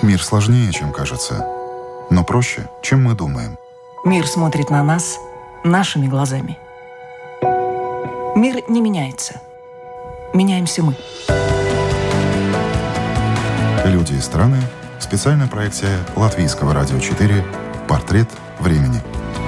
Мир сложнее, чем кажется, но проще, чем мы думаем. Мир смотрит на нас нашими глазами. Мир не меняется. Меняемся мы. Люди и страны. Специальная проекция Латвийского радио 4 «Портрет времени».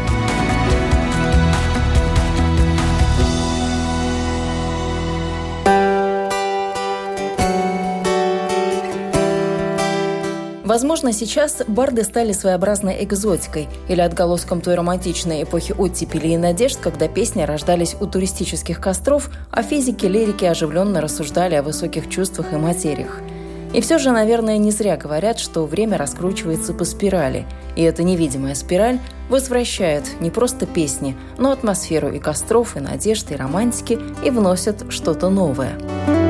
Возможно, сейчас барды стали своеобразной экзотикой или отголоском той романтичной эпохи оттепели и надежд, когда песни рождались у туристических костров, а физики, лирики оживленно рассуждали о высоких чувствах и материях. И все же, наверное, не зря говорят, что время раскручивается по спирали, и эта невидимая спираль возвращает не просто песни, но атмосферу и костров, и надежд, и романтики, и вносит что-то новое.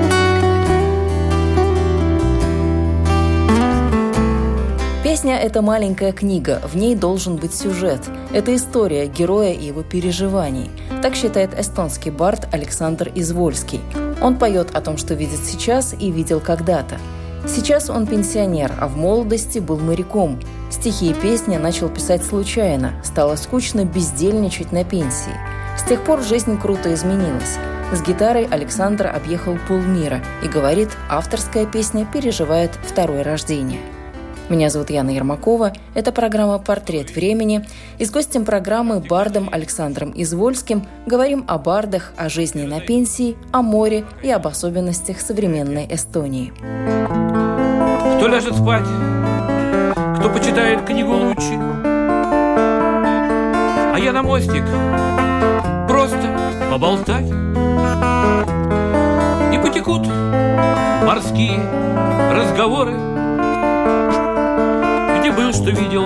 Песня – это маленькая книга, в ней должен быть сюжет. Это история героя и его переживаний. Так считает эстонский бард Александр Извольский. Он поет о том, что видит сейчас и видел когда-то. Сейчас он пенсионер, а в молодости был моряком. Стихи и песни начал писать случайно. Стало скучно бездельничать на пенсии. С тех пор жизнь круто изменилась. С гитарой Александр объехал полмира и говорит, авторская песня переживает второе рождение. Меня зовут Яна Ермакова. Это программа «Портрет времени». И с гостем программы, бардом Александром Извольским, говорим о бардах, о жизни на пенсии, о море и об особенностях современной Эстонии. Кто ляжет спать, кто почитает книгу лучше, а я на мостик просто поболтать. И потекут морские разговоры, где был, что видел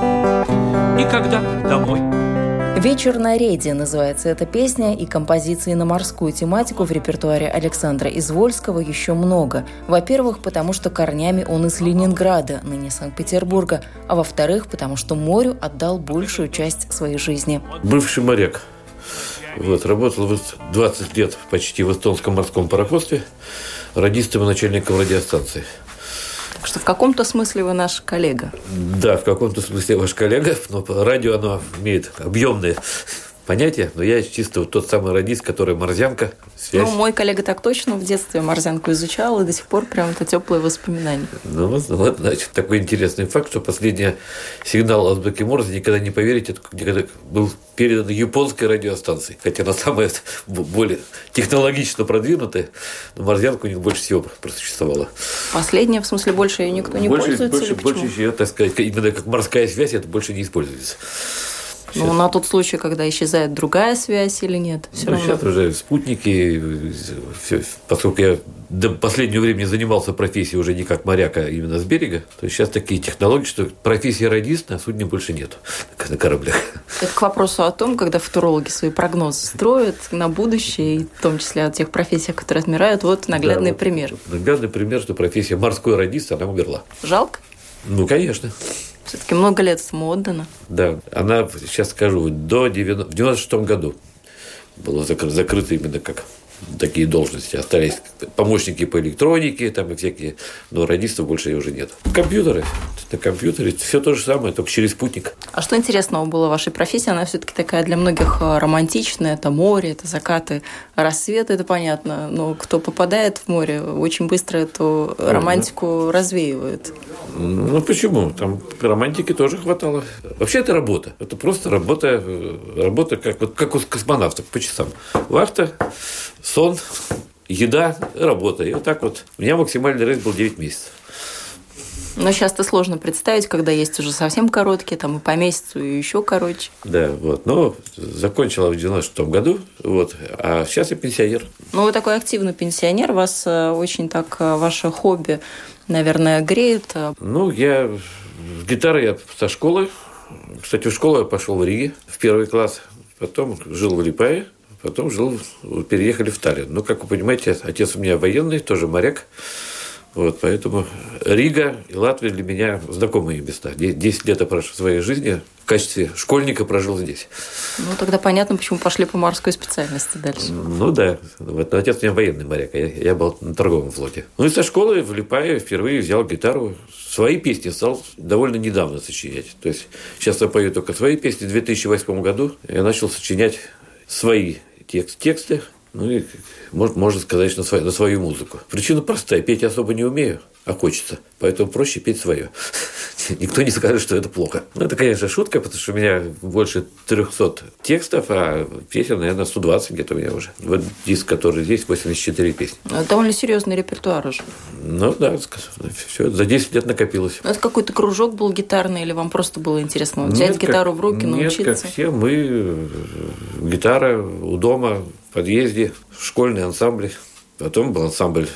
и когда домой. «Вечер на рейде» называется эта песня, и композиций на морскую тематику в репертуаре Александра Извольского еще много. Во-первых, потому что корнями он из Ленинграда, ныне Санкт-Петербурга, а во-вторых, потому что морю отдал большую часть своей жизни. Бывший моряк. Работал 20 лет почти в эстонском морском пароходстве радистом и начальником радиостанции. Так что в каком-то смысле вы наш коллега. Да, в каком-то смысле ваш коллега, но радио, оно имеет объемные понятия, но я чисто тот самый радист, который морзянка, связь. Мой коллега так точно в детстве морзянку изучал, и до сих пор прям это теплые воспоминания. Значит, такой интересный факт, что последний сигнал азбуки Морзе, никогда не поверите, никогда был передан японской радиостанции. Хотя она самая более технологично продвинутая, но морзянка у них больше всего просуществовала. Последняя, в смысле, больше ее никто не пользуется? Больше ее, так сказать, именно как морская связь, это больше не используется. Ну, на тот случай, когда исчезает другая связь или нет? Сейчас уже спутники, поскольку я до последнего времени занимался профессией уже не как моряк, а именно с берега, то сейчас такие технологии, что профессии радист на судне больше нет на кораблях. Это к вопросу о том, когда футурологи свои прогнозы строят на будущее, и в том числе о тех профессиях, которые отмирают. Вот наглядный пример. Наглядный пример, что профессия морской радист, она умерла. Жалко? Ну, конечно. Все-таки много лет этому отдано. Да, она, сейчас скажу, в 96-м году была закрыта именно как такие должности. Остались помощники по электронике, там и всякие, но радистов больше уже нет. Компьютеры. На компьютере все то же самое, только через спутник. А что интересного было в вашей профессии? Она все-таки такая для многих романтичная. Это море, это закаты, рассветы, это понятно. Но кто попадает в море, очень быстро эту романтику развеивает. Ну, почему? Там романтики тоже хватало. Вообще это работа. Это просто работа как у космонавтов по часам. Вахта, сон, еда, работа. И вот так вот. У меня максимальный рейс был 9 месяцев. Но сейчас-то сложно представить, когда есть уже совсем короткие, там и по месяцу, и еще короче. Да, вот. Но закончила в 96-м году, вот. А сейчас я пенсионер. Ну, вы такой активный пенсионер, вас очень так ваше хобби, наверное, греет. Ну, с гитарой я со школы. Кстати, в школу я пошел в Риге в 1 класс. Потом жил в Лиепае. Потом переехали в Таллин. Ну, как вы понимаете, отец у меня военный, тоже моряк. Вот, поэтому Рига и Латвия для меня знакомые места. 10 лет я своей жизни в качестве школьника прожил здесь. Ну, тогда понятно, почему пошли по морской специальности дальше. Ну, да. Вот, отец у меня военный моряк, а я был на торговом флоте. Ну, и со школы в Лиепае впервые взял гитару. Свои песни стал довольно недавно сочинять. То есть, сейчас я пою только свои песни. В 2008 году я начал сочинять свои тексты. Ну, и, можно сказать, на свою музыку. Причина простая. Петь я особо не умею, а хочется. Поэтому проще петь свое. Никто не скажет, что это плохо. Ну, это, конечно, шутка, потому что у меня больше 300 текстов, а песен, наверное, 120 где-то у меня уже. Вот диск, который здесь, 84 песни. Это довольно серьезный репертуар уже. Ну, да, все, за 10 лет накопилось. Это какой-то кружок был гитарный, или вам просто было интересно взять гитару в руки, научиться? Нет, как все, мы гитара у дома, в подъезде, школьный ансамбль. Потом был ансамбль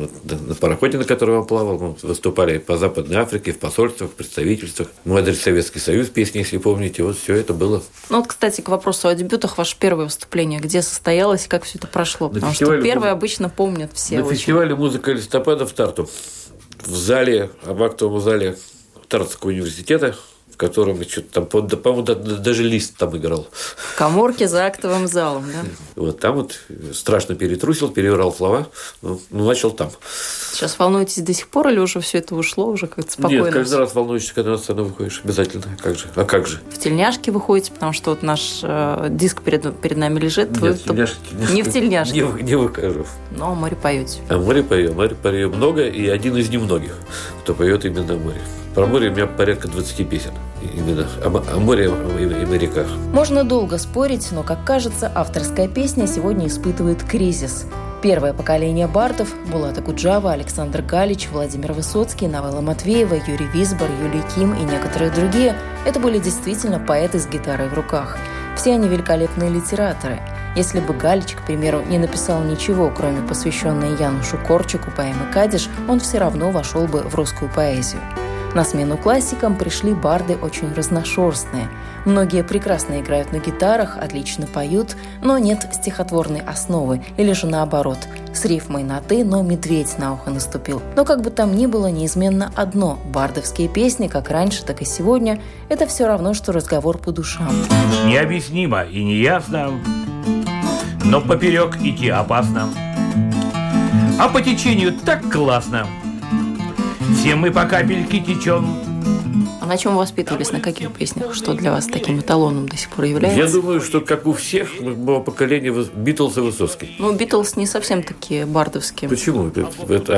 на пароходе, на котором я плавал. Мы выступали по Западной Африке, в посольствах, в представительствах. «Мой адрес Советский Союз», песни, если помните. Вот все это было. Ну вот, кстати, к вопросу о дебютах. Ваше первое выступление где состоялось и как все это прошло? Потому что первое обычно помнят все. На фестивале «Музыка листопада» в Тарту. В зале, в актовом зале Тартского университета, в котором что-то там, по-моему, даже Лист там играл. В каморке за актовым залом, да? Вот там вот страшно перетрусил, переврал слова, начал там. Сейчас волнуетесь до сих пор или уже все это ушло, уже как-то спокойно? Нет, каждый раз волнуешься, когда на сцену выходишь, обязательно. А как же? В тельняшке выходите, потому что вот наш диск перед нами лежит. Нет, не в тельняшке. Не выкажу. Но о море поете. О море поем много, и один из немногих, кто поет именно о море. Про море у меня порядка 20 песен. Именно о море и моряках. Можно долго спорить, но, как кажется, авторская песня сегодня испытывает кризис. Первое поколение бардов – Булат Акуджава, Александр Галич, Владимир Высоцкий, Новелла Матвеева, Юрий Висбор, Юлий Ким и некоторые другие – это были действительно поэты с гитарой в руках. Все они великолепные литераторы. Если бы Галич, к примеру, не написал ничего, кроме посвященной Янушу Корчику поэмы «Кадиш», он все равно вошел бы в русскую поэзию. На смену классикам пришли барды очень разношерстные. Многие прекрасно играют на гитарах, отлично поют, но нет стихотворной основы, или же наоборот, с рифмой на «ты», но медведь на ухо наступил. Но как бы там ни было, неизменно одно – бардовские песни, как раньше, так и сегодня, это все равно, что разговор по душам. Необъяснимо и неясно, но поперек идти опасно, а по течению так классно. Все мы по капельке течем. А на чем воспитывались, на каких песнях? Что для вас таким эталоном до сих пор является? Я думаю, что, как у всех моего поколения, Битлз и Высоцкий. Ну, Битлз не совсем такие бардовские. Почему? А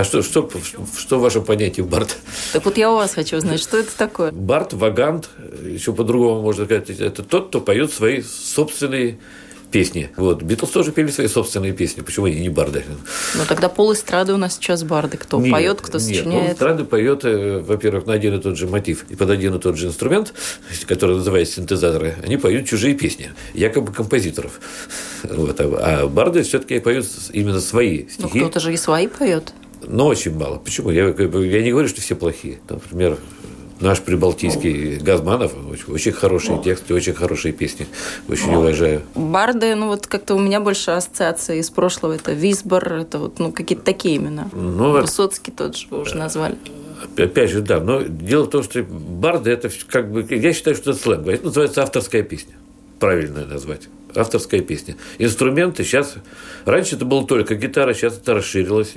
что ваше понятие бард? Так вот я у вас хочу узнать, что это такое? Бард, вагант, еще по-другому можно сказать, это тот, кто поет свои собственные песни. Вот. Битлз тоже пели свои собственные песни. Почему они не барды? Ну, тогда пол-эстрады у нас сейчас барды. Кто поет, кто сочиняет? Нет, пол-эстрады поет, во-первых, на один и тот же мотив и под один и тот же инструмент, который называется синтезаторы, они поют чужие песни, якобы композиторов. Вот. А барды все-таки поют именно свои стихи. Ну, кто-то же и свои поет. Но очень мало. Почему? Я не говорю, что все плохие. Например, наш прибалтийский Газманов, очень хорошие тексты, очень хорошие песни. Очень уважаю. Барды, ну вот как-то у меня больше ассоциации из прошлого. Это Висбор, это вот какие-то такие имена. Высоцкий тот же вы уже назвали. Опять же, да. Но дело в том, что барды, это как бы, я считаю, что это сленг. Это называется авторская песня. Правильно назвать. Авторская песня. Инструменты сейчас... Раньше это было только гитара, сейчас это расширилось.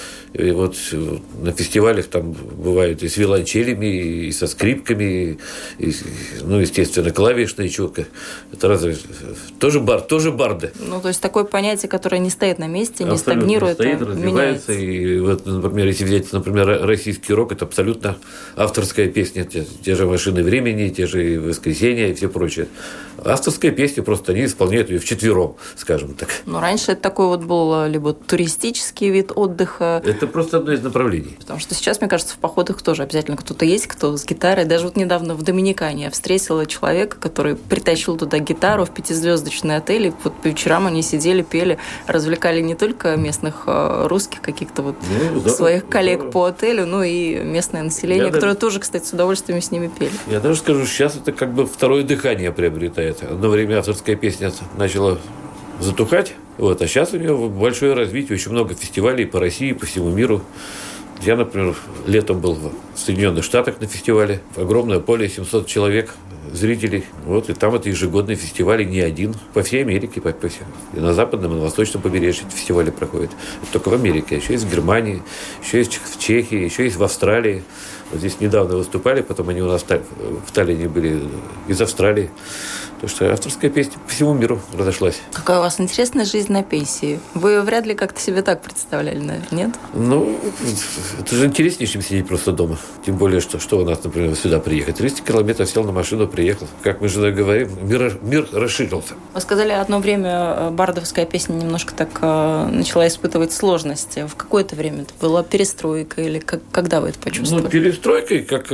И вот на фестивалях там бывают и с виолончелями, и со скрипками, и, естественно, клавишная чука. Это разве... Тоже барды. Ну, то есть, такое понятие, которое не стоит на месте, не стагнирует, не стоит, развивается. И вот, например, если взять, российский рок, это абсолютно авторская песня. Те же «Машины времени», те же «Воскресенье» и все прочее. Авторская песня, просто они исполняют ее вчетвером, скажем так. Но раньше это такой вот был либо туристический вид отдыха. Это просто одно из направлений. Потому что сейчас, мне кажется, в походах тоже обязательно кто-то есть, кто с гитарой. Даже вот недавно в Доминикане я встретила человека, который притащил туда гитару в 5-звездочный отель. И вот по вечерам они сидели, пели, развлекали не только местных русских каких-то вот своих коллег по отелю, но и местное население, которое тоже, кстати, с удовольствием с ними пели. Я даже скажу, сейчас это как бы второе дыхание приобретает. Одно время авторская песня начала затухать, а сейчас у нее большое развитие, очень много фестивалей по России, по всему миру. Я, например, летом был в Соединенных Штатах на фестивале. Огромное поле, 700 человек, зрителей. Вот, и там это ежегодный фестиваль, и не один. По всей Америке, по всем. И на западном, и на восточном побережье эти фестивали проходят. Это только в Америке. Еще есть в Германии, еще есть в Чехии, еще есть в Австралии. Вот здесь недавно выступали, потом они у нас в Таллине были из Австралии. Потому что авторская песня по всему миру разошлась. Какая у вас интересная жизнь на пенсии. Вы вряд ли как-то себе так представляли, наверное, нет? Ну, это же интереснее, чем сидеть просто дома. Тем более, что у нас, например, сюда приехать. 300 километров сел на машину, приехал. Как мы с женой говорим, мир расширился. Вы сказали, одно время бардовская песня немножко так начала испытывать сложности. В какое-то время это была перестройка или когда вы это почувствовали? Ну, перестройкой, как...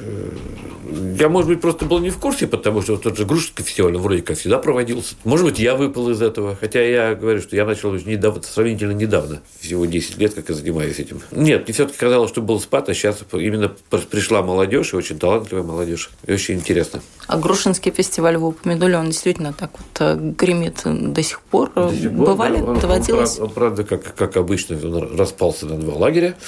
Я, может быть, просто был не в курсе, потому что тот же Грушинский фестиваль вроде как всегда проводился. Может быть, я выпал из этого. Хотя я говорю, что я начал сравнительно недавно. Всего 10 лет, как я занимаюсь этим. Нет, мне все-таки казалось, что был спад, а сейчас именно пришла молодежь, и очень талантливая молодежь. И очень интересно. А Грушинский фестиваль вы упомянули, он действительно так вот гремит до сих пор. Бывали? Да, доводилось? Он, правда, как обычно, он распался на 2 лагеря.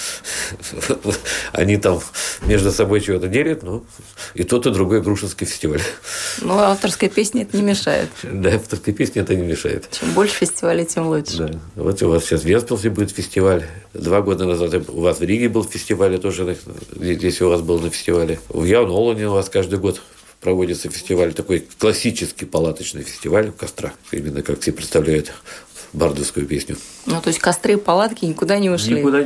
Они там между собой чего-то делят, ну, и тот, и другой Грушинский фестиваль. Ну, авторской песне это не мешает. Да, авторской песне это не мешает. Чем больше фестивалей, тем лучше. Да. Вот у вас сейчас в Вентспилсе будет фестиваль. 2 года назад у вас в Риге был фестиваль, тоже здесь у вас был на фестивале. В Яунолане у вас каждый год проводится фестиваль, такой классический палаточный фестиваль у костра. Именно как все представляют бардовскую песню. Ну, то есть костры и палатки никуда не ушли? Никуда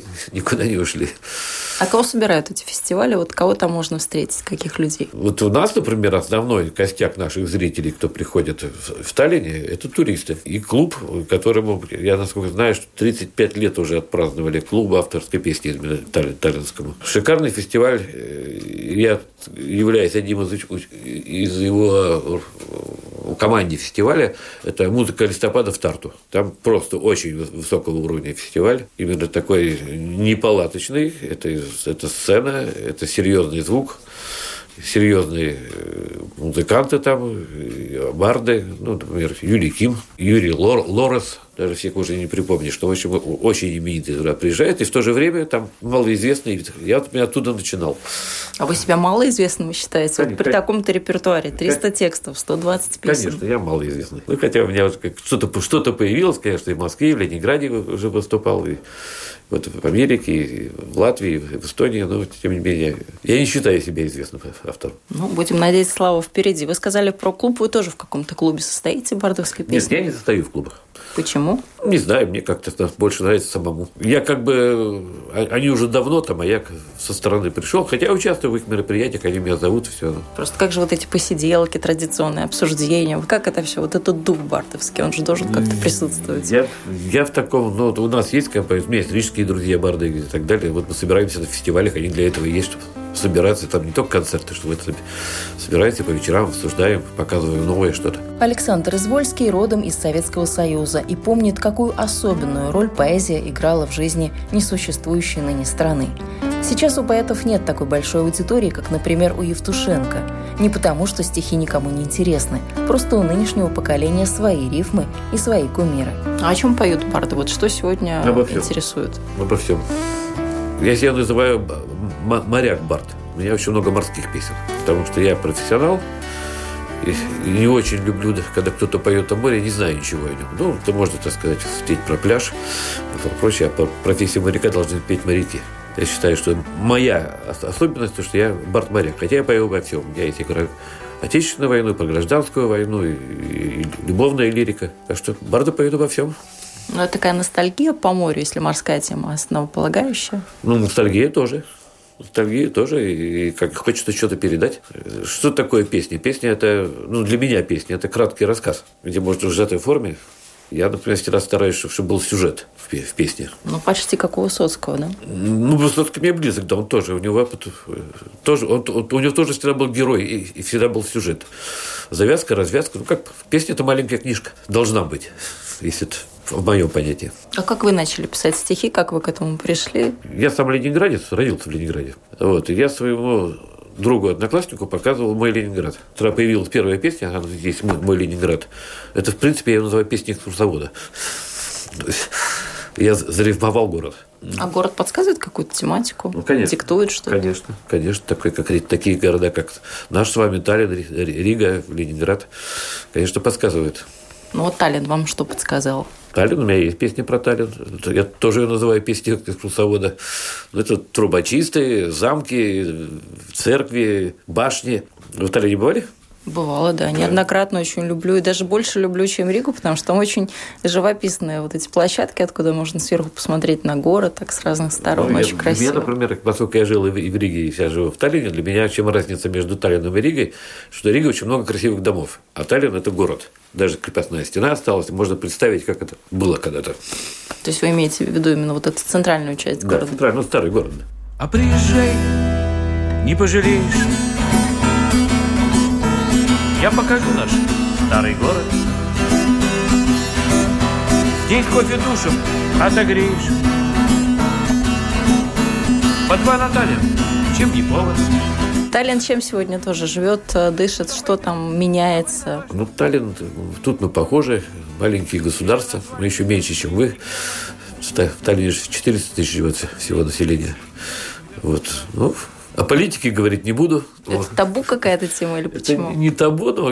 не ушли. А кого собирают эти фестивали? Вот кого там можно встретить? Каких людей? Вот у нас, например, основной костяк наших зрителей, кто приходит в Таллине, это туристы. И клуб, которому, я насколько знаю, что 35 лет уже отпраздновали клуб авторской песни именно таллинскому. Шикарный фестиваль. Я являюсь одним из его команде фестиваля. Это «Музыка листопада» в Тарту. Там просто очень высокого уровня фестиваль. Именно такой непалаточный. Это сцена, это серьезный звук, серьезные музыканты там, барды, ну, например, Юлий Ким, Юрий Лорес, даже всех уже не припомнишь, что, в общем, очень именитый туда приезжает, и в то же время там малоизвестный. Я оттуда начинал. А вы себя малоизвестным считаете? Вот при таком-то репертуаре 300 текстов, 120 песен. Конечно, я малоизвестный. Ну, хотя у меня что-то появилось, конечно, и в Москве, и в Ленинграде уже выступал, и вот в Америке, и в Латвии, и в Эстонии, но тем не менее, я не считаю себя известным автором. Ну, будем надеяться, слава впереди. Вы сказали про клуб, вы тоже в каком-то клубе состоите бардовской песни? Нет, я не состою в клубах. Почему? Не знаю, мне как-то больше нравится самому. Я они уже давно там, а я со стороны пришел, хотя участвую в их мероприятиях, они меня зовут, и все. Просто как же вот эти посиделки, традиционные обсуждения, как это все, вот этот дух бардовский, он же должен как-то присутствовать. Я в таком, ну, у нас есть компания, у меня есть рижские друзья барды и так далее, вот мы собираемся на фестивалях, они для этого есть, чтобы собираться, там не только концерты, что вы собираетесь по вечерам, обсуждаем, показываем новое что-то. Александр Извольский родом из Советского Союза и помнит, какую особенную роль поэзия играла в жизни несуществующей ныне страны. Сейчас у поэтов нет такой большой аудитории, как, например, у Евтушенко. Не потому, что стихи никому не интересны, просто у нынешнего поколения свои рифмы и свои кумиры. А о чем поют барды? Вот что сегодня интересует? Обо всем. Я себя называю моряк-бард. У меня очень много морских песен, потому что я профессионал и не очень люблю, когда кто-то поет о море, не знаю ничего о нем. Ну, это можно, так сказать, спеть про пляж, потом прочее, а по профессии моряка должны петь моряки. Я считаю, что моя особенность, то, что я бард-моряк, хотя я пою обо всем. Я есть и про Отечественную войну, и про гражданскую войну, и любовная лирика. Так что барды поют обо всем. Ну, это такая ностальгия по морю, если морская тема основополагающая. Ну, ностальгия тоже. И как хочется что-то передать. Что такое песня? Песня – это, для меня песня – это краткий рассказ, где можно в сжатой форме. Я, например, всегда стараюсь, чтобы был сюжет в песне. Ну, почти как у Высоцкого, да? Ну, Высоцкий мне близок, да, он тоже. У него тоже всегда был герой и всегда был сюжет. Завязка, развязка. Ну, как песня – это маленькая книжка. Должна быть, если это в моем понятии. А как вы начали писать стихи? Как вы к этому пришли? Я сам ленинградец, родился в Ленинграде. Вот, и я своему другу-однокласснику показывал «Мой Ленинград». Когда появилась первая песня, она здесь «Мой Ленинград», это, в принципе, я ее называю песней экскурсовода. Я зарифмовал город. А город подсказывает какую-то тематику? Ну, конечно. Диктует что-то? Конечно. Такие города, как наш с вами, Таллин, Рига, Ленинград, конечно, подсказывают. Ну, вот Таллин вам что подсказал? Таллин, у меня есть песня про Таллин. Я тоже ее называю песней экскурсовода. Это трубочисты, замки, церкви, башни. Вы в Таллине бывали? Бывало, да. Неоднократно очень люблю. И даже больше люблю, чем Ригу, потому что там очень живописные вот эти площадки, откуда можно сверху посмотреть на город, так с разных сторон. Очень красиво. Для меня, например, поскольку я жил и в Риге, и сейчас живу в Таллине, для меня чем разница между Таллином и Ригой, что в Риге очень много красивых домов, а Таллин – это город. Даже крепостная стена осталась. Можно представить, как это было когда-то. То есть вы имеете в виду именно вот эту центральную часть города? Да, центральную, старый город. А приезжай, не пожалеешь. Я покажу наш старый город. Здесь кофе душем отогреешь. По 2 на Таллин, чем не повод. Таллин чем сегодня тоже живет, дышит, что там меняется? Ну, Таллин, тут мы похожи, маленькие государства, мы еще меньше, чем вы. В Таллине 400 тысяч живет всего населения. Вот. Ну, о политике говорить не буду. Это табу какая-то тема или почему? Это не табу, но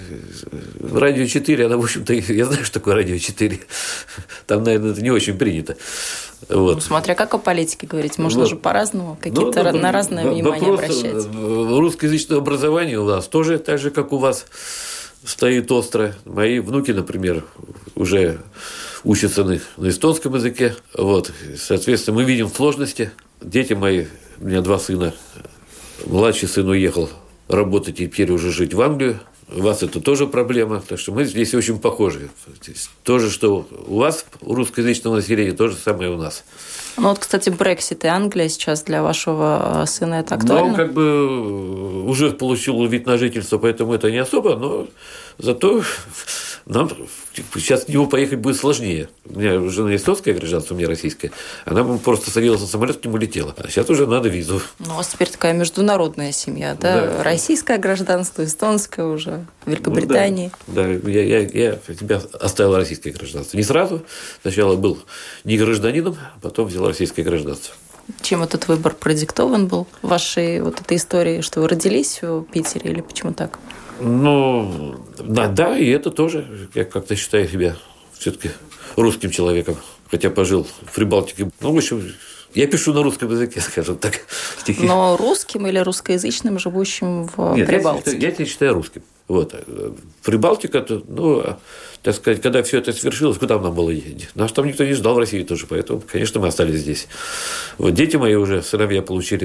Радио 4, она, в общем-то, я знаю, что такое Радио 4. Там, наверное, это не очень принято. Вот. Ну, смотря как о политике говорить, можно же по-разному, какие-то на разное внимание обращать. Русскоязычное образование у нас тоже так же, как у вас, стоит остро. Мои внуки, например, уже учатся на эстонском языке. Вот. Соответственно, мы видим сложности. Дети мои, у меня 2 сына. Младший сын уехал работать и теперь уже жить в Англию. У вас это тоже проблема, так что мы здесь очень похожи. То же, что у вас, у русскоязычного населения, то же самое у нас. Ну вот, кстати, Брексит и Англия сейчас для вашего сына это актуально? Ну, он как бы уже получил вид на жительство, поэтому это не особо, но зато нам сейчас в него поехать будет сложнее. У меня жена эстонское гражданство, у меня российское. Она просто садилась на самолет, к нему летела. А сейчас уже надо визу. Ну, у вас теперь такая международная семья, да? Да. Российское гражданство, эстонское уже, Великобритании. Ну, да, я тебя оставил российское гражданство. Не сразу. Сначала был не гражданином, потом взял российское гражданство. Чем этот выбор продиктован был? Вашей вот этой истории, что вы родились в Питере или почему так? Ну, да, и это тоже. Я как-то считаю себя все-таки русским человеком. Хотя пожил в Прибалтике. Ну, в общем, я пишу на русском языке, скажем так, стихи. Но русским или русскоязычным, живущим в Прибалтике? Я тебя считаю русским. Вот. Прибалтика, ну, так сказать, когда все это свершилось, куда нам было ехать? Нас там никто не ждал в России тоже, поэтому, конечно, мы остались здесь. Вот дети мои уже, сыновья,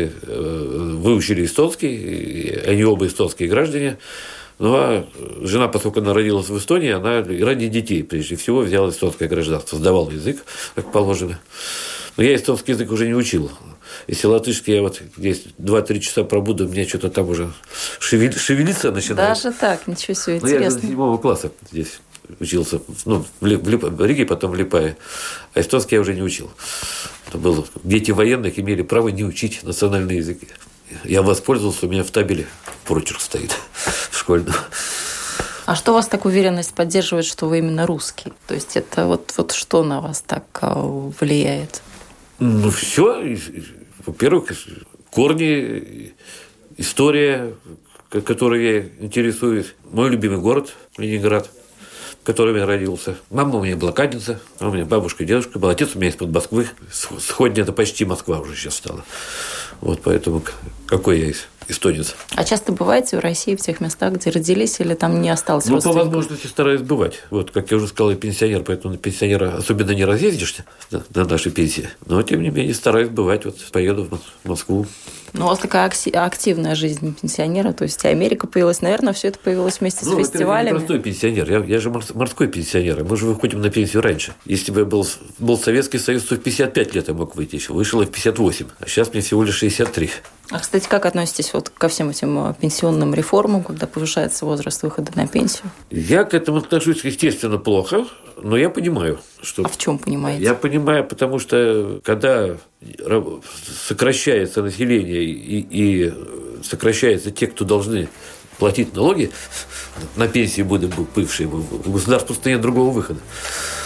выучили эстонский, они оба эстонские граждане. Ну, а жена, поскольку она родилась в Эстонии, она ради детей, прежде всего, взяла эстонское гражданство, сдавала язык, как положено. Но я эстонский язык уже не учил. Если латышский я вот здесь 2-3 часа пробуду, мне что-то там уже шевелиться начинает. Даже так, ничего себе, интересно. интересно. Я до 7 класса здесь учился, ну, в Риге, потом в Лиепае. А эстонский я уже не учил. Это было, дети военных имели право не учить национальные языки. Я воспользовался, у меня в табеле прочерк стоит школьный. А что вас так уверенность поддерживает, что вы именно русский? То есть это вот что на вас так влияет? Ну, все. Во-первых, корни, история, которой я интересуюсь. Мой любимый город Ленинград, в котором я родился. Мама у меня блокадница, у меня бабушка и дедушка был. Отец у меня из-под Москвы. Сходня – это почти Москва уже сейчас стала. Вот поэтому какой я эстонец. А часто бываете в России, в тех местах, где родились, или там не осталось родственников? Ну, по возможности стараюсь бывать. Вот, как я уже сказал, я пенсионер, поэтому на пенсионера особенно не разъездишься на нашей пенсии. Но, тем не менее, стараюсь бывать. Вот поеду в Москву. Ну, у вас такая активная жизнь пенсионера, то есть Америка появилась, наверное, все это появилось вместе с фестивалями. Я не простой пенсионер, я же морской пенсионер, мы же выходим на пенсию раньше. Если бы был Советский Союз, то в 55 лет я мог выйти еще, вышел я в 58, а сейчас мне всего лишь 63. А, кстати, как относитесь вот ко всем этим пенсионным реформам, когда повышается возраст выхода на пенсию? Я к этому отношусь, естественно, плохо, но я понимаю, что... А в чем понимаете? Я понимаю, потому что когда сокращается население и сокращаются те, кто должны платить налоги, на пенсии будут бывшие, у государства просто нет другого выхода.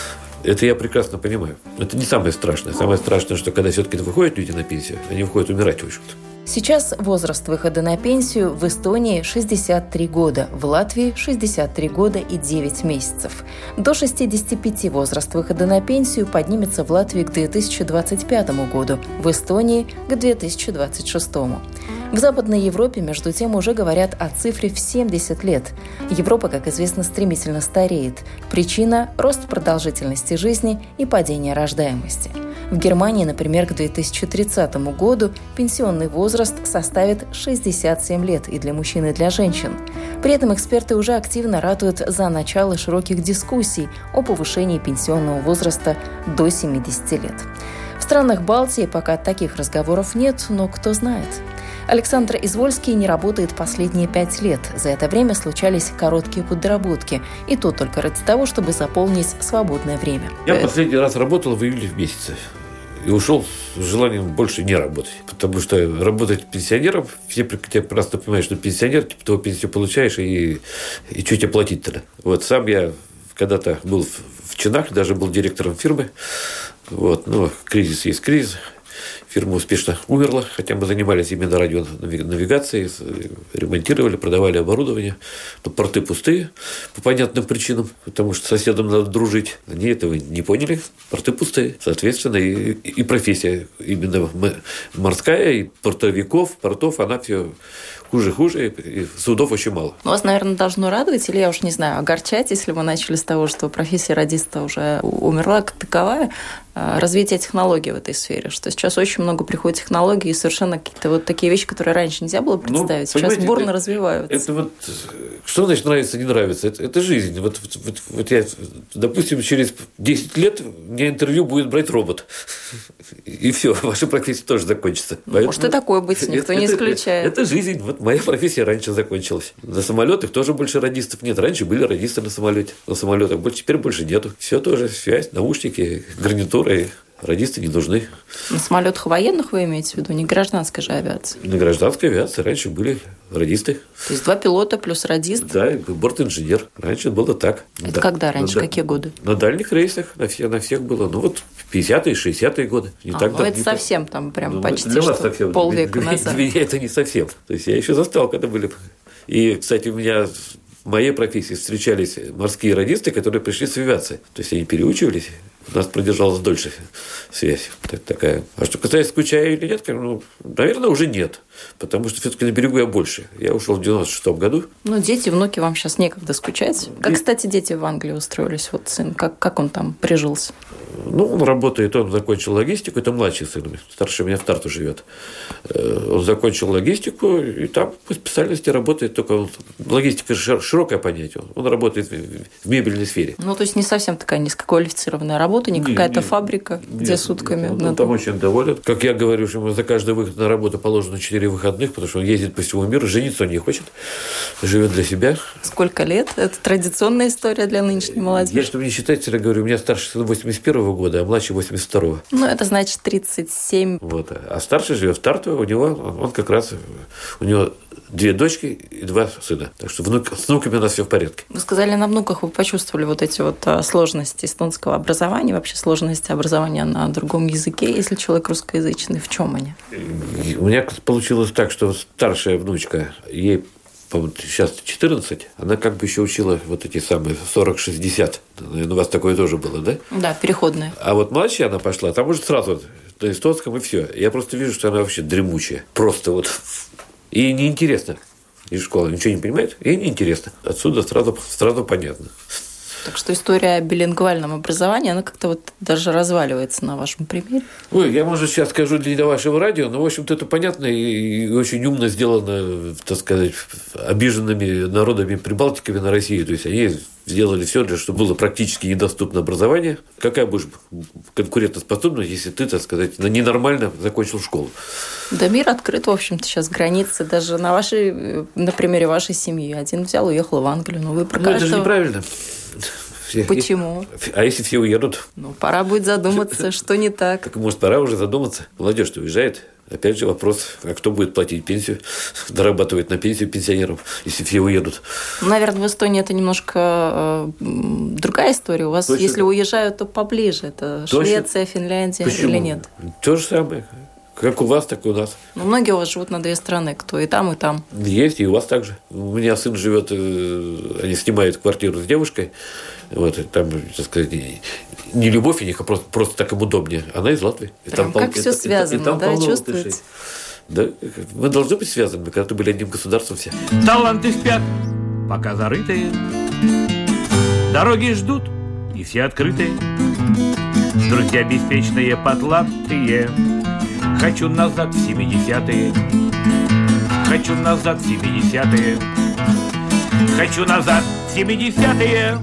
Это я прекрасно понимаю. Это не самое страшное. Самое страшное, что когда все-таки выходят люди на пенсию, они выходят умирать, в общем-то. Сейчас возраст выхода на пенсию в Эстонии 63 года, в Латвии 63 года и 9 месяцев. До 65 возраст выхода на пенсию поднимется в Латвии к 2025 году, в Эстонии – к 2026. В Западной Европе, между тем, уже говорят о цифре в 70 лет. Европа, как известно, стремительно стареет. Причина – рост продолжительности жизни и падение рождаемости. В Германии, например, к 2030 году пенсионный возраст составит 67 лет и для мужчин, и для женщин. При этом эксперты уже активно ратуют за начало широких дискуссий о повышении пенсионного возраста до 70 лет. В странах Балтии пока таких разговоров нет, но кто знает. Александр Извольский не работает последние 5 лет. За это время случались короткие подработки. И то только ради того, чтобы заполнить свободное время. Я последний раз работал в июле в месяце. И ушел с желанием больше не работать. Потому что работать пенсионером, все прекрасно понимают, что пенсионер, типа того пенсию получаешь, и что тебе платить-то? Вот сам я когда-то был в чинах, даже был директором фирмы. Вот, но кризис есть кризис. Фирма успешно умерла, хотя мы занимались именно радионавигацией, ремонтировали, продавали оборудование. Но порты пустые по понятным причинам, потому что соседям надо дружить. Они этого не поняли, порты пустые. Соответственно, и профессия именно морская, и портов, она все хуже, и судов очень мало. Вас, наверное, должно радовать, или я уж не знаю, огорчать, если мы начали с того, что профессия радиста уже умерла как таковая, развитие технологий в этой сфере, что сейчас очень много приходит технологий, и совершенно какие-то вот такие вещи, которые раньше нельзя было представить, сейчас бурно развиваются. Это вот, что значит нравится, не нравится? Это жизнь. Вот я, допустим, через 10 лет мне интервью будет брать робот. И все, ваша профессия тоже закончится. Может и такое быть, никто не исключает. Это жизнь. Вот моя профессия раньше закончилась. На самолетах тоже больше радистов нет. Раньше были радисты на самолетах. Теперь больше нету. Все тоже связь, наушники, гарнитура. Радисты не нужны. На самолетах военных вы имеете в виду, не гражданской же авиации? На гражданской авиации раньше были радисты. То есть 2 пилота плюс радист? Да, борт-инженер. Раньше было так. Это да. Когда раньше? Какие годы? На дальних рейсах на всех было. Ну вот 50-е, 60-е годы. Не так давно. Это совсем там прям почти для вас совсем, полвека назад. Для меня это не совсем. То есть я еще застал, когда были. И, кстати, у меня в моей профессии встречались морские радисты, которые пришли с авиации. То есть они переучивались. У нас продержалась дольше связь такая. А что касается, скучаю или нет, наверное, уже нет. Потому что все-таки на берегу я больше. Я ушел в 96-м году. Ну, дети, внуки, вам сейчас некогда скучать. Как, кстати, дети в Англии устроились? Вот сын, как он там прижился? Ну, он работает, он закончил логистику, это младший сын, старший у меня в Тарту живет. Он закончил логистику, и там по специальности работает, только логистика широкое понятие, он работает в мебельной сфере. Ну, то есть не совсем такая низкоквалифицированная работа, не какая-то фабрика, где сутками. Он там очень доволен. Как я говорю, что ему за каждый выход на работу положено 4 выходных, потому что он ездит по всему миру, жениться он не хочет, живет для себя. Сколько лет? Это традиционная история для нынешней молодежи. Я, чтобы не считать, я говорю, у меня старший сын 81-го года, а младший 82-го. Ну, это значит 37. Вот. А старший живет в Тарту, у него как раз, у него 2 дочки и 2 сына. Так что с внуками у нас все в порядке. Вы сказали, на внуках вы почувствовали вот эти вот сложности эстонского образования, вообще сложности образования на другом языке, если человек русскоязычный. В чем они? У меня получилось так, что старшая внучка, ей, по-моему, сейчас 14, она как бы еще учила вот эти самые 40-60. Наверное, у вас такое тоже было, да? Да, переходное. А вот младшая она пошла, там уже сразу на эстонском и все. Я просто вижу, что она вообще дремучая. Просто вот. И неинтересно. Из школы ничего не понимает, и неинтересно. Отсюда сразу понятно. Так что история о билингвальном образовании, она как-то вот даже разваливается на вашем примере. Ой, я, может, сейчас скажу для вашего радио, но, в общем-то, это понятно и очень умно сделано, так сказать, обиженными народами Прибалтиками на Россию. То есть они сделали все, чтобы было практически недоступно образование. Какая будешь конкурентоспособность, если ты, так сказать, ненормально закончил школу? Да, мир открыт, в общем-то, сейчас границы. Даже на примере вашей семьи. Один взял, уехал в Англию. Но вы про каждого... это же неправильно. Почему? А если все уедут? Пора будет задуматься, что не так. Так, может, пора уже задуматься. Молодежь-то уезжает. Опять же вопрос, а кто будет платить пенсию, дорабатывать на пенсию пенсионерам, если все уедут? Наверное, в Эстонии это немножко другая история. У вас, точно, если уезжают, то поближе. Это точно? Швеция, Финляндия. Почему? Или нет? То же самое. Как у вас, так и у нас. Но многие у вас живут на две страны, кто и там, и там. Есть, и у вас также. У меня сын живет, они снимают квартиру с девушкой. Вот, там, так сказать, не любовь у них, а просто так им удобнее. Она из Латвии. Прям как все связано, да, чувствуете? Да, мы должны быть связаны, когда-то были одним государством все. Таланты спят, пока зарытые. Дороги ждут, и все открытые. Друзья беспечные, потлатые. Хочу назад в 70-е. Хочу назад в 70-е. Хочу назад в 70-е.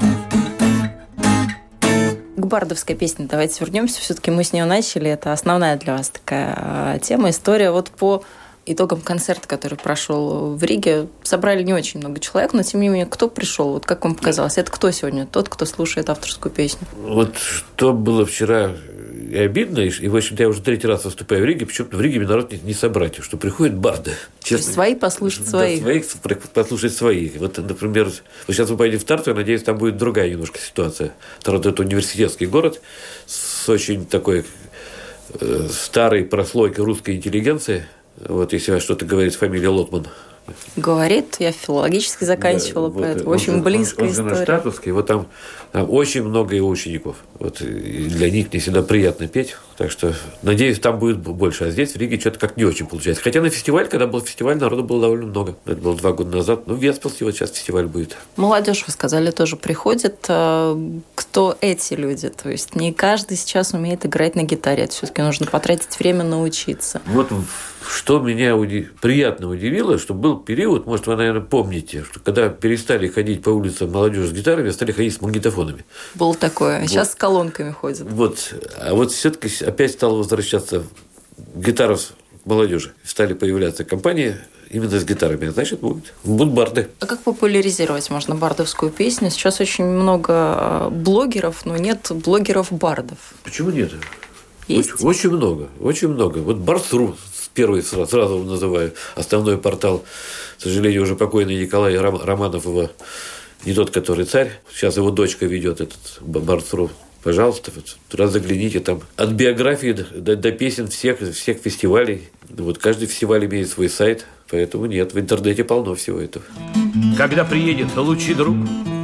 К бардовской песне давайте вернемся. Все-таки мы с нее начали. Это основная для вас такая тема, история. Вот по итогам концерта, который прошел в Риге, собрали не очень много человек, но тем не менее, кто пришел? Вот как вам показалось? Это кто сегодня? Тот, кто слушает авторскую песню? Вот что было вчера и обидно, и, в общем-то, я уже третий раз выступаю в Риге, почему-то в Риге народ не собрать, что приходят барды. Честно. Свои послушать своих. Да, своих послушать своих. Вот, например, сейчас вы поедете в Тарту, я надеюсь, там будет другая немножко ситуация. Тарту – это университетский город с очень такой старой прослойкой русской интеллигенции. Вот, если что-то говорит фамилия Лотман. Говорит, я филологически заканчивала, да, поэтому вот, очень близкая история. Штатовский, вот там очень много его учеников. Вот, и для них не всегда приятно петь. Так что, надеюсь, там будет больше. А здесь, в Риге, что-то как не очень получается. Хотя на фестиваль, когда был фестиваль, народу было довольно много. Это было 2 года назад. Ну, в Веспилсе вот сейчас фестиваль будет. Молодежь, вы сказали, тоже приходит. Кто эти люди? То есть не каждый сейчас умеет играть на гитаре. Это все-таки нужно потратить время научиться. Вот что меня приятно удивило, что был период, может, вы, наверное, помните, что когда перестали ходить по улицам молодежь с гитарами, стали ходить с магнитофонами. Было такое. Вот. Сейчас с колонками ходят. Вот. А вот все-таки опять стала возвращаться гитара молодежи. Стали появляться компании именно с гитарами. Значит, будут барды. А как популяризировать можно бардовскую песню? Сейчас очень много блогеров, но нет блогеров-бардов. Почему нет? Есть? Очень много. Очень много. Вот Bards.ru первый сразу называю, основной портал. К сожалению, уже покойный Николай Романов, его не тот, который царь. Сейчас его дочка ведет этот Bards.ru. Пожалуйста, вот, туда загляните. Там от биографии до песен всех фестивалей. Вот каждый фестиваль имеет свой сайт. Поэтому нет, в интернете полно всего этого. Когда приедет лучший друг,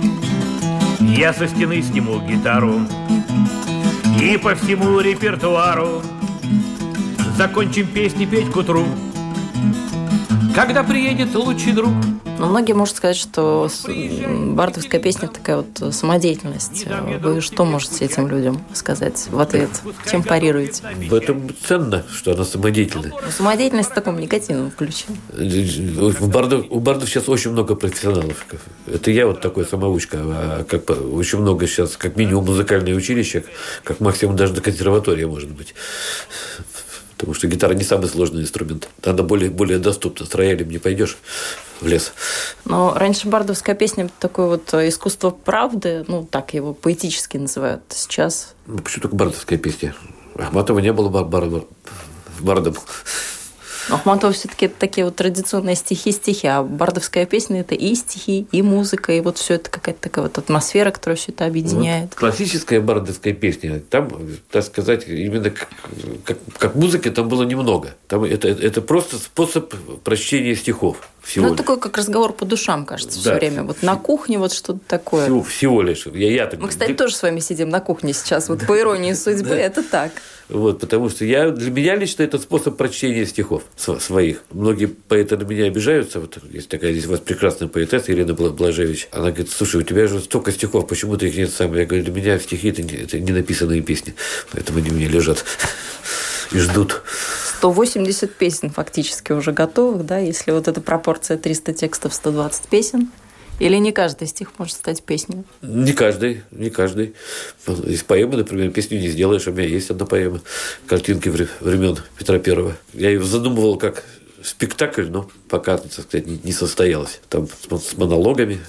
я со стены сниму гитару и по всему репертуару закончим песни петь к утру. Когда приедет лучший друг. Но многие могут сказать, что бардовская песня такая вот самодеятельность. Вы что можете этим людям сказать в ответ? Чем парируете? В этом ценно, что она самодеятельная. Самодеятельность в таком негативном ключе. У бардов сейчас очень много профессионалов. Это я вот такой самоучка. А как очень много сейчас, как минимум, музыкальное училище, как максимум даже до консерватория, может быть. Потому что гитара не самый сложный инструмент. Она более доступна. С роялем не пойдешь в лес. Но раньше бардовская песня – такое вот искусство правды, ну, так его поэтически называют. Сейчас… Ну, почему только бардовская песня? Ахматова не было бардом. Ахматова все-таки такие вот традиционные стихи, а бардовская песня – это и стихи, и музыка, и вот все это какая-то такая вот атмосфера, которая все это объединяет. Вот классическая бардовская песня, там, так сказать, именно как музыки там было немного. Там это просто способ прочтения стихов. Ну, это такой, как разговор по душам, кажется, да, все время. Вот на кухне вот что-то такое. Всего лишь. Мы, кстати, тоже с вами сидим на кухне сейчас, вот по иронии судьбы, это так. Вот, потому что для меня лично это способ прочтения стихов своих. Многие поэты на меня обижаются. Вот есть такая здесь у вас прекрасная поэтесса Елена Блажевич. Она говорит: слушай, у тебя же столько стихов, почему ты их нет сам? Я говорю, для меня стихи это не написанные песни, поэтому они у меня лежат и ждут. 180 песен фактически уже готовых, да, если вот эта пропорция 300 текстов, 120 песен. Или не каждый стих может стать песней? Не каждый. Из поэмы, например, песню не сделаешь. У меня есть одна поэма «Картинки времен Петра I». Я ее задумывал как спектакль, но пока, так сказать, не состоялось. Там с монологами,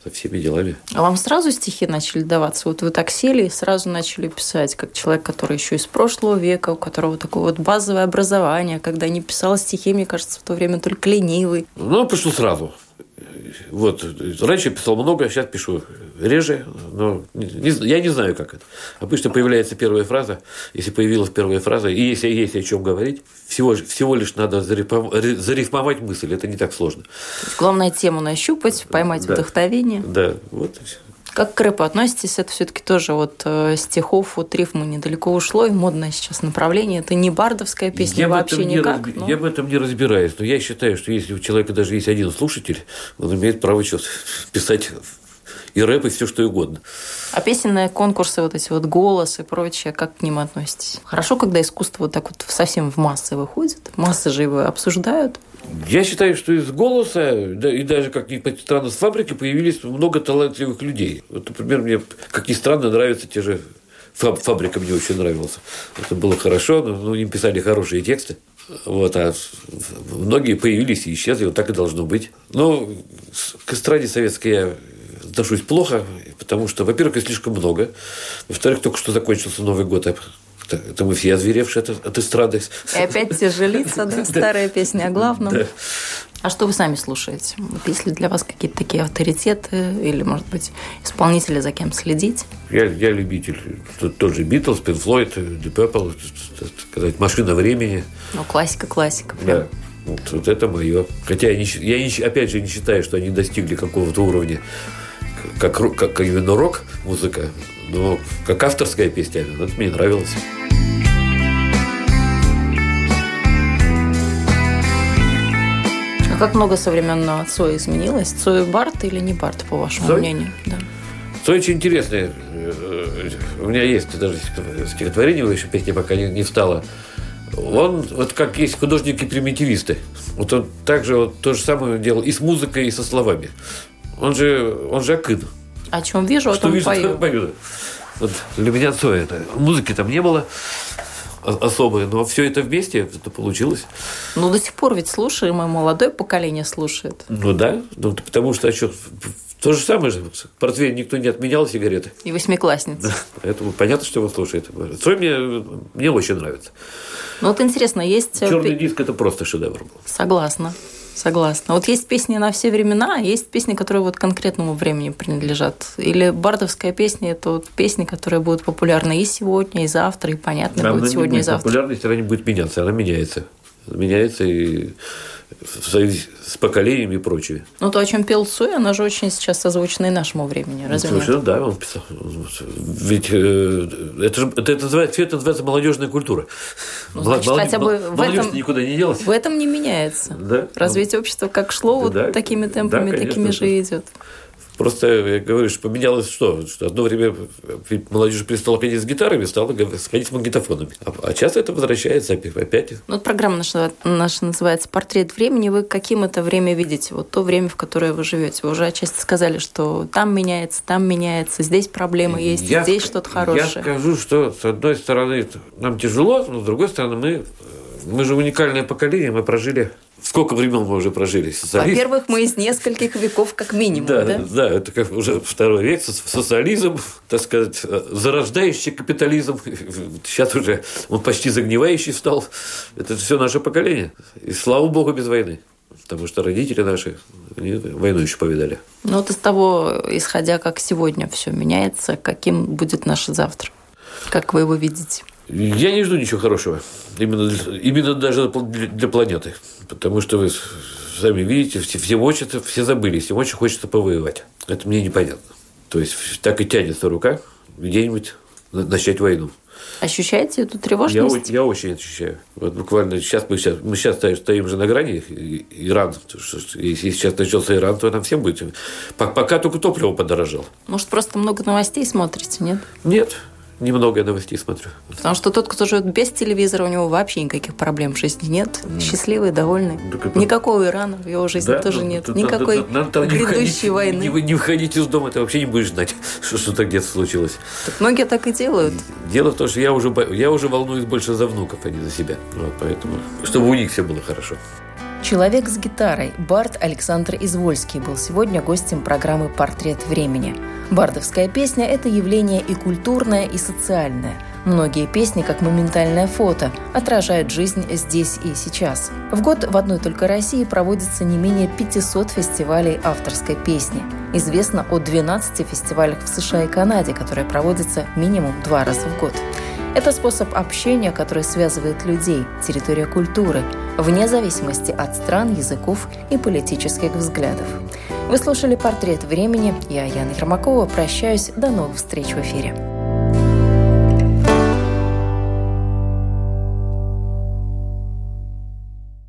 со всеми делами. А вам сразу стихи начали даваться? Вот вы так сели и сразу начали писать, как человек, который еще из прошлого века, у которого такое вот базовое образование, когда не писал стихи, мне кажется, в то время только ленивый. Ну, пришло сразу. Вот. Раньше я писал много, сейчас пишу реже, но я не знаю, как это. Обычно появляется первая фраза. Если появилась первая фраза, и если есть о чем говорить, всего лишь надо зарифмовать мысль. Это не так сложно. То есть главное тему нащупать, поймать вдохновение. Да, вот и все. Как к рэпу относитесь? Это все-таки тоже от стихов, от рифмы недалеко ушло, и модное сейчас направление. Это не бардовская песня Я вообще никак. Я в этом не разбираюсь, но я считаю, что если у человека даже есть один слушатель, он имеет право писать и рэп, и все что угодно. А песенные конкурсы, вот эти вот голос и прочее, как к ним относитесь? Хорошо, когда искусство вот так вот совсем в массы выходит? Массы же его обсуждают. Я считаю, что из «Голоса», да, и даже, как ни странно, с «Фабрики» появились много талантливых людей. Вот, например, мне, как ни странно, нравятся те же «Фабрика», мне очень нравился. Это было хорошо, но им писали хорошие тексты. Вот, а многие появились и исчезли, вот так и должно быть. Но к эстраде советской я отношусь плохо, потому что, во-первых, их слишком много. Во-вторых, только что закончился Новый год. Это мы все озверевшие от эстрады. И опять те же лица, да, старая песня о главном. Да. А что вы сами слушаете? Есть ли для вас какие-то такие авторитеты или, может быть, исполнители, за кем следить? Я любитель. Тот же Битлз, Pink Floyd, Deep Purple, сказать, «Машина времени». Ну, классика. Да. Вот это мое. Хотя я опять же не считаю, что они достигли какого-то уровня, как именно рок-музыка, но как авторская песня, это мне нравилось. А как много со времен Цоя изменилось? Цой Барт или не Барт, по вашему мнению? Да. Цой очень интересный. У меня есть даже стихотворение, еще песня пока не встала. Он, вот как есть художники-примитивисты, вот он также вот то же самое делал и с музыкой, и со словами. Он же акын. О чем вижу, о том пою. Вот для меня Цой это. Музыки там не было особой, но все это вместе это получилось. Ну, до сих пор ведь слушаем, и молодое поколение слушает. Ну да, потому что то же самое же. Портвейн никто не отменял, сигареты. И восьмиклассницы. Да, поэтому понятно, что его слушает. Цой мне очень нравится. Ну, вот интересно, есть... «Черный диск» – это просто шедевр был. Согласна. Вот есть песни на все времена, а есть песни, которые вот конкретному времени принадлежат. Или бардовская песня – это вот песни, которые будут популярны и сегодня, и завтра, и понятно будут сегодня и завтра. Популярность, она не будет меняться, она меняется. Меняется и в связи с поколением и прочее. Ну, то, о чем пел Цой, она же очень сейчас созвучна и нашему времени. Разве нет? Слушай, да, он писал. Ведь это называется молодежная культура. Ну, значит, хотя бы в этом никуда не делась. В этом не меняется. Да? Развитие общества как шло, да, вот такими темпами, да, такими же и идет. Просто я говорю, что поменялось что одно время молодежь перестала ходить с гитарами, стала ходить с магнитофонами. А часто это возвращается опять. Ну, вот программа наша называется «Портрет времени». Вы каким это время видите? Вот то время, в которое вы живете. Вы уже отчасти сказали, что там меняется, здесь проблемы есть, здесь что-то хорошее. Я скажу, что с одной стороны нам тяжело, но с другой стороны мы же уникальное поколение, мы прожили... Сколько времен мы уже прожили? Во-первых, мы из нескольких веков как минимум, да? Да, это как уже второй век, социализм, так сказать, зарождающий капитализм. Сейчас уже он почти загнивающий стал. Это все наше поколение. И слава богу, без войны. Потому что родители наши они войну еще повидали. Ну вот из того, исходя, как сегодня все меняется, каким будет наше завтра? Как вы его видите? Я не жду ничего хорошего. Именно даже для планеты. Потому что вы сами видите, все забыли, всем очень хочется повоевать. Это мне непонятно. То есть так и тянется рука где-нибудь начать войну. Ощущаете эту тревожность? Я очень ощущаю. Вот буквально мы сейчас стоим же на грани. Иран. Если сейчас начался Иран, то нам всем будет. Пока только топливо подорожало. Может, просто много новостей смотрите, нет? Нет. Немного я новостей смотрю. Потому что тот, кто живет без телевизора, у него вообще никаких проблем в жизни нет. Счастливый, довольный. Никакого Ирана в его жизни тоже нет. Никакой грядущей войны. Не выходить из дома, ты вообще не будешь знать, что-то где-то случилось. Так многие так и делают. Дело в том, что я уже волнуюсь больше за внуков, а не за себя. Вот, поэтому, чтобы у них все было хорошо. Человек с гитарой, бард Александр Извольский, был сегодня гостем программы «Портрет времени». Бардовская песня – это явление и культурное, и социальное. Многие песни, как моментальное фото, отражают жизнь здесь и сейчас. В год в одной только России проводится не менее 500 фестивалей авторской песни. Известно о 12 фестивалях в США и Канаде, которые проводятся минимум 2 раза в год. Это способ общения, который связывает людей, территория культуры, вне зависимости от стран, языков и политических взглядов. Вы слушали «Портрет времени». Я, Яна Ермакова, прощаюсь. До новых встреч в эфире.